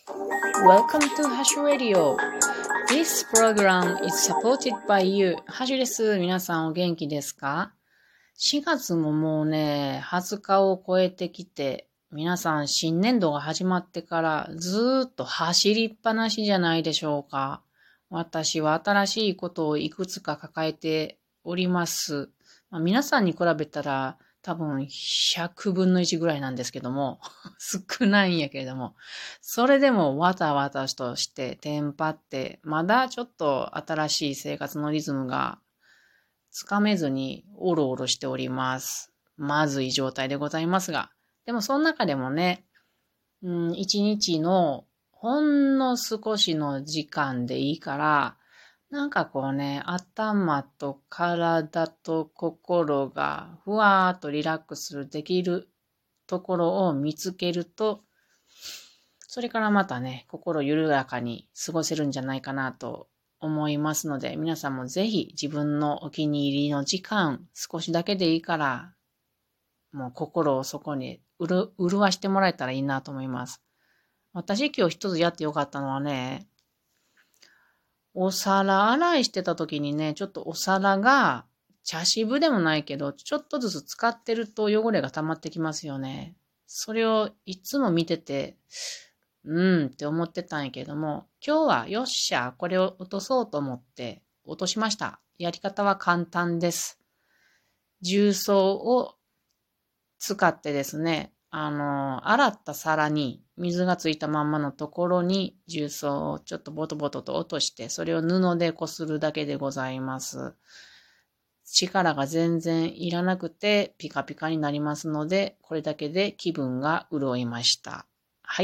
Welcome to Hash Radio. This program is supported by you. ハシです。皆さんお元気ですか？ 4 月ももうね、20日を超えてきて、皆さん新年度が始まってからずーっと走りっぱなしじゃないでしょうか。私は新しいことをいくつか抱えております。皆さんに比べたら多分100分の1ぐらいなんですけども、少ないんやけれども、それでもわたわたとしてテンパって、まだちょっと新しい生活のリズムがつかめずにおろおろしております。まずい状態でございますが。でもその中でもね、一日のほんの少しの時間でいいから、なんかこうね、頭と体と心がふわーっとリラックスできるところを見つけると、それからまたね、心緩やかに過ごせるんじゃないかなと思いますので、皆さんもぜひ自分のお気に入りの時間、少しだけでいいから、もう心をそこに潤してもらえたらいいなと思います。私今日一つやってよかったのはね、お皿洗いしてた時にね、ちょっとお皿が茶渋でもないけど、ちょっとずつ使ってると汚れが溜まってきますよね。それをいつも見てて、って思ってたんやけども、今日はよっしゃ、これを落とそうと思って落としました。やり方は簡単です。重曹を使ってですね、洗った皿に水がついたまんまのところに重曹をちょっとボトボトと落として、それを布でこするだけでございます。力が全然いらなくてピカピカになりますので、これだけで気分が潤いました。はい。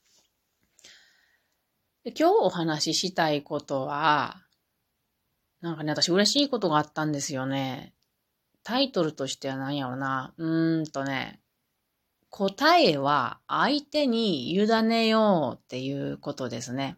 で今日お話ししたいことは、なんかね、私嬉しいことがあったんですよね。タイトルとしては何やろな。答えは相手に委ねようっていうことですね。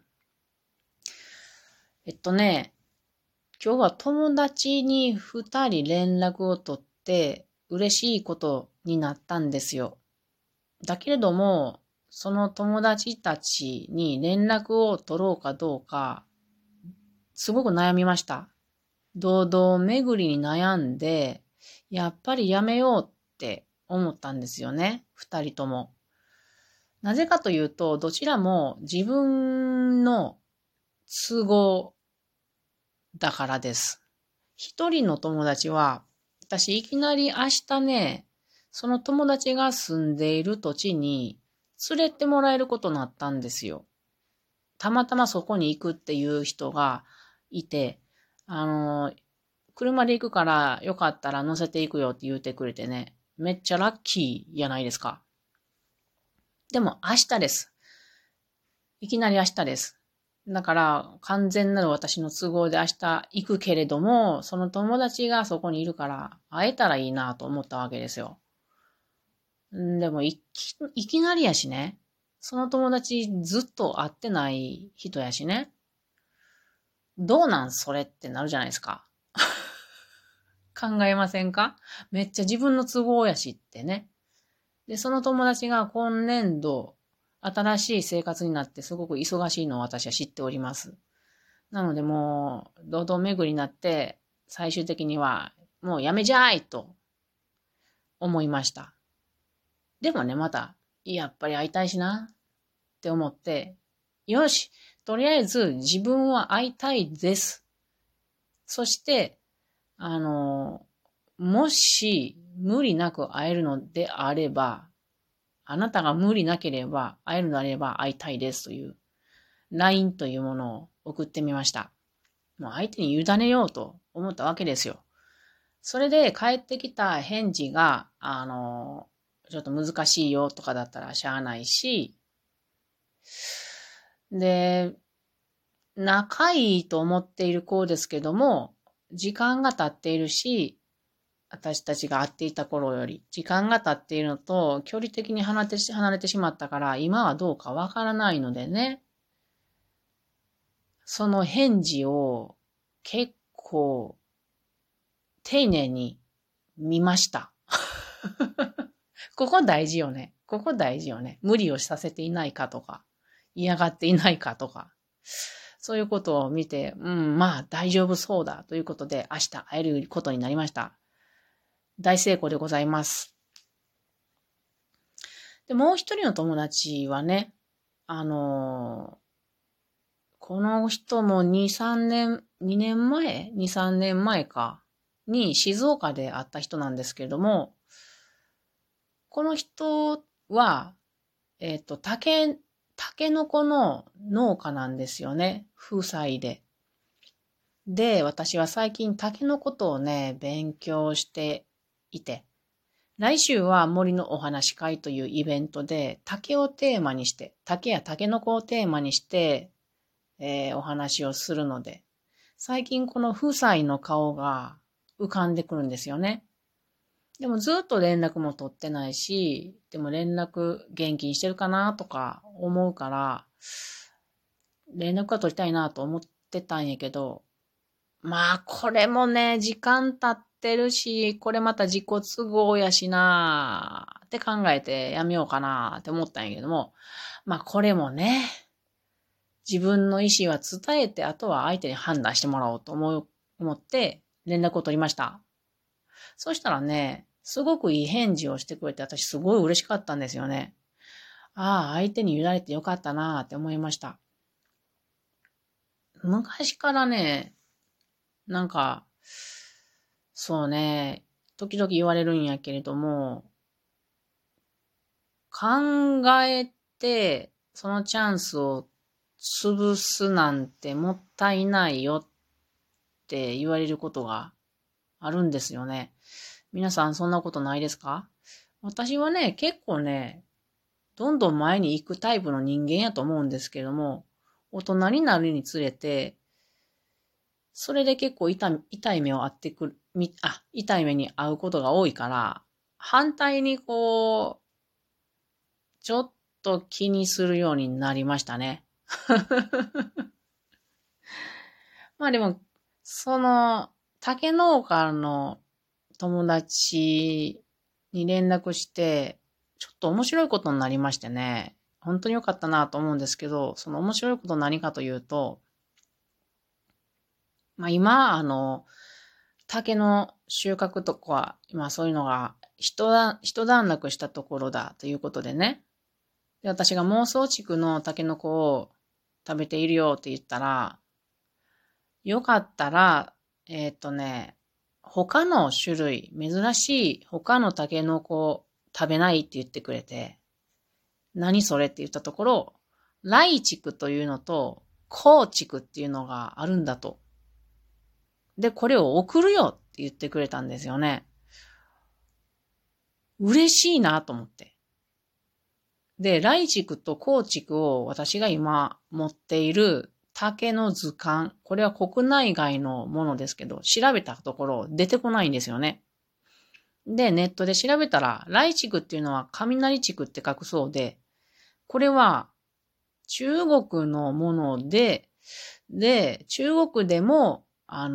今日は友達に2人連絡を取って嬉しいことになったんですよ。だけれども、その友達たちに連絡を取ろうかどうか、すごく悩みました。堂々巡りに悩んで、やっぱりやめようって思ったんですよね。2人とも。なぜかというと、どちらも自分の都合だからです。一人の友達は、私いきなり明日ね、その友達が住んでいる土地に連れてもらえることになったんですよ。たまたまそこに行くっていう人がいて、車で行くからよかったら乗せていくよって言ってくれてね、めっちゃラッキーじゃないですか。でも明日です。いきなり明日です。だから完全なる私の都合で明日行くけれども、その友達がそこにいるから会えたらいいなと思ったわけですよ。でもいきなりやしね。その友達ずっと会ってない人やしね。どうなんそれってなるじゃないですか。考えませんか？めっちゃ自分の都合やしってね。で、その友達が今年度、新しい生活になってすごく忙しいのを私は知っております。なのでもう、堂々巡りになって、最終的には、もうやめじゃーいと思いました。でもね、また、やっぱり会いたいしなって思って、よし、とりあえず自分は会いたいです。そして、もし無理なく会えるのであれば、あなたが無理なければ、会えるのであれば会いたいですという LINE というものを送ってみました。もう相手に委ねようと思ったわけですよ。それで返ってきた返事が、ちょっと難しいよとかだったらしゃあないし、で、仲いいと思っている子ですけども、時間が経っているし、私たちが会っていた頃より時間が経っているのと距離的に離れてしまったから今はどうかわからないのでね、その返事を結構丁寧に見ました。ここ大事よね。ここ大事よね。無理をさせていないかとか。 嫌がっていないかとか、そういうことを見て、まあ大丈夫そうだということで明日会えることになりました。大成功でございます。で、もう一人の友達はね、この人も2、3年、2年前 ?2、3年前かに静岡で会った人なんですけれども、この人は、タケノコの農家なんですよね。夫妻で。で、私は最近タケノコとをね、勉強していて、来週は森のお話会というイベントで、竹をテーマにして、竹やタケノコをテーマにして、お話をするので、最近この夫妻の顔が浮かんでくるんですよね。でもずっと連絡も取ってないし、でも連絡元気にしてるかなとか思うから、連絡は取りたいなと思ってたんやけど、まあこれもね、時間経ってるし、これまた自己都合やしなって考えてやめようかなって思ったんやけども、まあこれもね、自分の意思は伝えて、あとは相手に判断してもらおうと思って連絡を取りました。そしたらね、すごくいい返事をしてくれて、私すごい嬉しかったんですよね。ああ、相手に委ねてよかったなって思いました。昔からね、なんか、そうね、時々言われるんやけれども、考えて、そのチャンスを潰すなんてもったいないよって言われることがあるんですよね。皆さんそんなことないですか？私はね、結構ね、どんどん前に行くタイプの人間やと思うんですけども、大人になるにつれて、それで結構痛い目を遭ってくる、痛い目に遭うことが多いから、反対にこう、ちょっと気にするようになりましたね。まあでも、その、竹農家の友達に連絡して、ちょっと面白いことになりましてね、本当に良かったなと思うんですけど、その面白いこと何かというと、まあ今、竹の収穫とか、今そういうのが一段落したところだということでね。で、私が妄想地区のタケノコを食べているよって言ったら、よかったら、他の種類、珍しい他のタケノコ食べないって言ってくれて、何それって言ったところ、ライチクというのと、コーチクっていうのがあるんだと。で、これを送るよって言ってくれたんですよね。嬉しいなと思って。で、ライチクとコーチクを私が今持っている竹の図鑑。これは国内外のものですけど、調べたところ出てこないんですよね。で、ネットで調べたら、ライチクっていうのは雷地区って書くそうで、これは中国のもので、中国でも、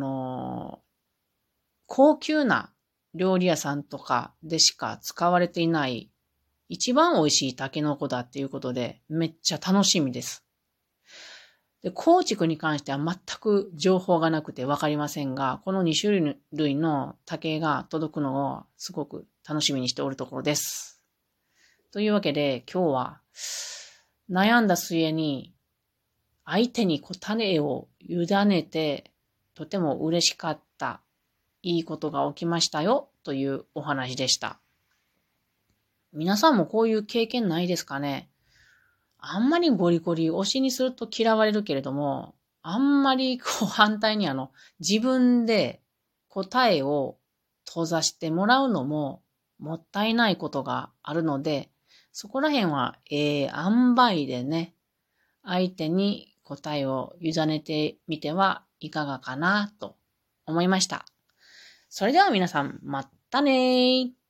高級な料理屋さんとかでしか使われていない一番美味しいタケノコだっていうことで、めっちゃ楽しみです。で、高知に関しては全く情報がなくてわかりませんが、この2種類の竹が届くのをすごく楽しみにしておるところです。というわけで今日は悩んだ末に相手に種を委ねてとても嬉しかった、いいことが起きましたよというお話でした。皆さんもこういう経験ないですかね？あんまりゴリゴリ推しにすると嫌われるけれども、あんまり反対に自分で答えを閉ざしてもらうのももったいないことがあるので、そこら辺は塩梅でね、相手に答えを委ねてみてはいかがかなと思いました。それでは皆さん、またねー。